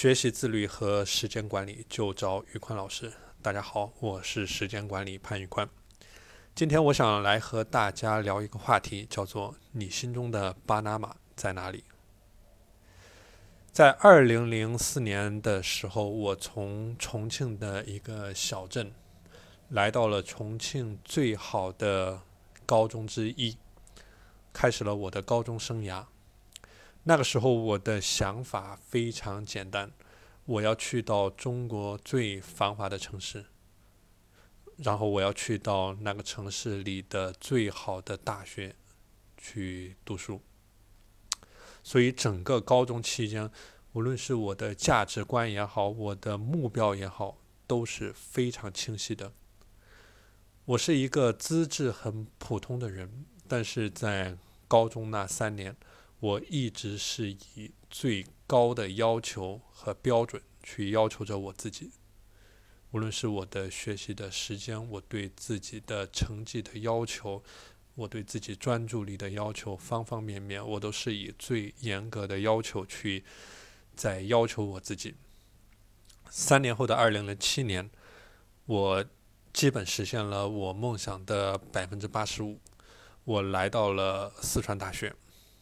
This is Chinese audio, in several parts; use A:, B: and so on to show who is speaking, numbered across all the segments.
A: 学习自律和时间管理就找宇宽老师。大家好，我是时间管理潘宇宽。今天我想来和大家聊一个话题，叫做你心中的巴拿马在哪里？在2004年的时候，我从重庆的一个小镇来到了重庆最好的高中之一，开始了我的高中生涯。那个时候我的想法非常简单，我要去到中国最繁华的城市，然后我要去到那个城市里的最好的大学去读书。所以整个高中期间，无论是我的价值观也好，我的目标也好，都是非常清晰的。我是一个资质很普通的人，但是在高中那3年，我一直是以最高的要求和标准去要求着我自己。无论是我的学习的时间，我对自己的成绩的要求，我对自己专注力的要求，方方面面，我都是以最严格的要求去在要求我自己。3年后的2007年，我基本实现了我梦想的85%。我来到了四川大学。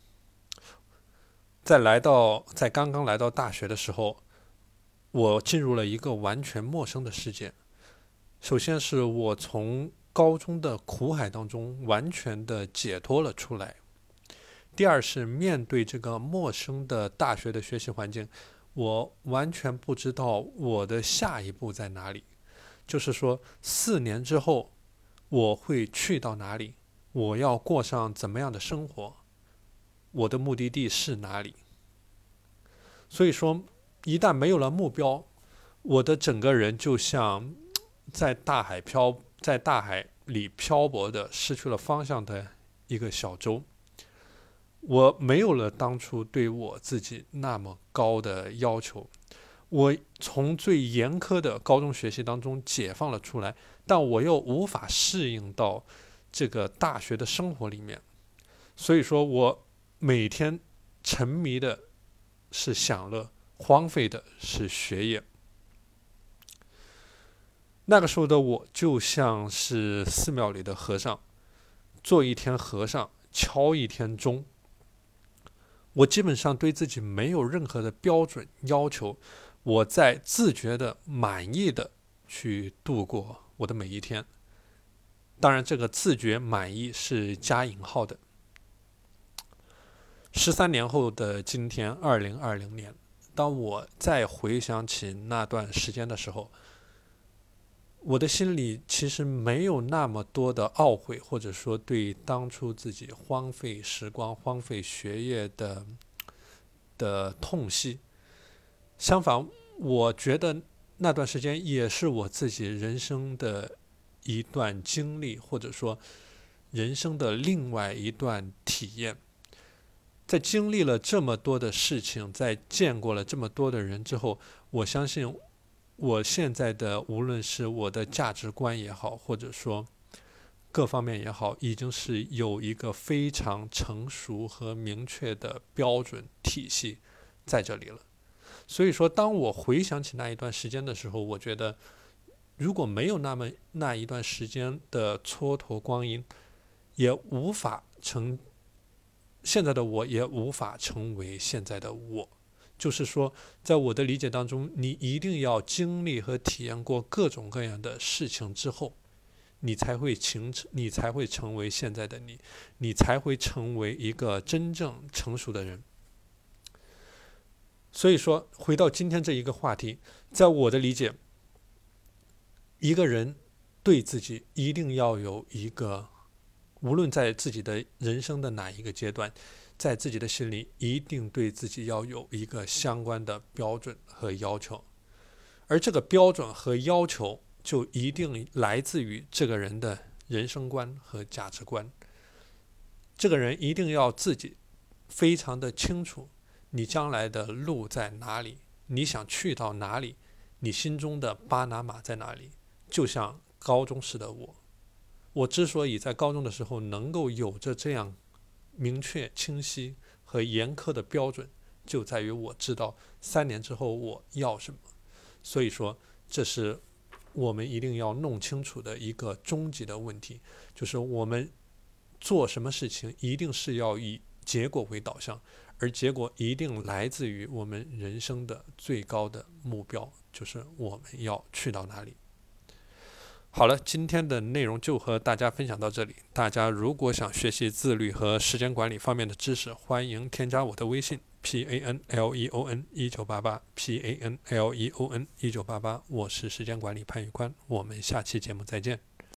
A: 在刚刚来到大学的时候，我进入了一个完全陌生的世界。首先是我从高中的苦海当中完全的解脱了出来。第二是面对这个陌生的大学的学习环境，我完全不知道我的下一步在哪里。就是说4年之后我会去到哪里，我要过上怎么样的生活，我的目的地是哪里。所以说一旦没有了目标，我的整个人就像在大海里漂泊的失去了方向的一个小舟。我没有了当初对我自己那么高的要求，我从最严苛的高中学习当中解放了出来，但我又无法适应到这个大学的生活里面。所以说我每天沉迷的是享乐，荒废的是学业。那个时候的我就像是寺庙里的和尚，做一天和尚敲一天钟。我基本上对自己没有任何的标准要求，我在自觉的满意的去度过我的每一天。当然这个自觉满意是加引号的。13年后的今天2020年，当我再回想起那段时间的时候，我的心里其实没有那么多的懊悔，或者说对当初自己荒废时光、荒废学业的痛惜。相反，我觉得那段时间也是我自己人生的一段经历，或者说人生的另外一段体验。在经历了这么多的事情，在见过了这么多的人之后，我相信我现在的无论是我的价值观也好，或者说各方面也好，已经是有一个非常成熟和明确的标准体系在这里了。所以说当我回想起那一段时间的时候，我觉得如果没有那一段时间的蹉跎光阴，也无法现在的我也无法成为现在的我。就是说在我的理解当中，你一定要经历和体验过各种各样的事情之后，你才会成为现在的你，你才会成为一个真正成熟的人。所以说回到今天这一个话题，在我的理解，一个人对自己一定要有一个，无论在自己的人生的哪一个阶段，在自己的心里一定对自己要有一个相关的标准和要求。而这个标准和要求就一定来自于这个人的人生观和价值观。这个人一定要自己非常的清楚你将来的路在哪里，你想去到哪里，你心中的巴拿马在哪里。就像高中时的我之所以在高中的时候能够有着这样明确清晰和严苛的标准， 就在于我知道3年之后我要什么。所以说，这是我们一定要弄清楚的一个终极的问题，就是我们做什么事情一定是要以结果为导向，而结果一定来自于我们人生的最高的目标，就是我们要去到哪里。好了，今天的内容就和大家分享到这里。大家如果想学习自律和时间管理方面的知识，欢迎添加我的微信 PANLEON1988 PANLEON1988，我是时间管理潘宇宽，我们下期节目再见。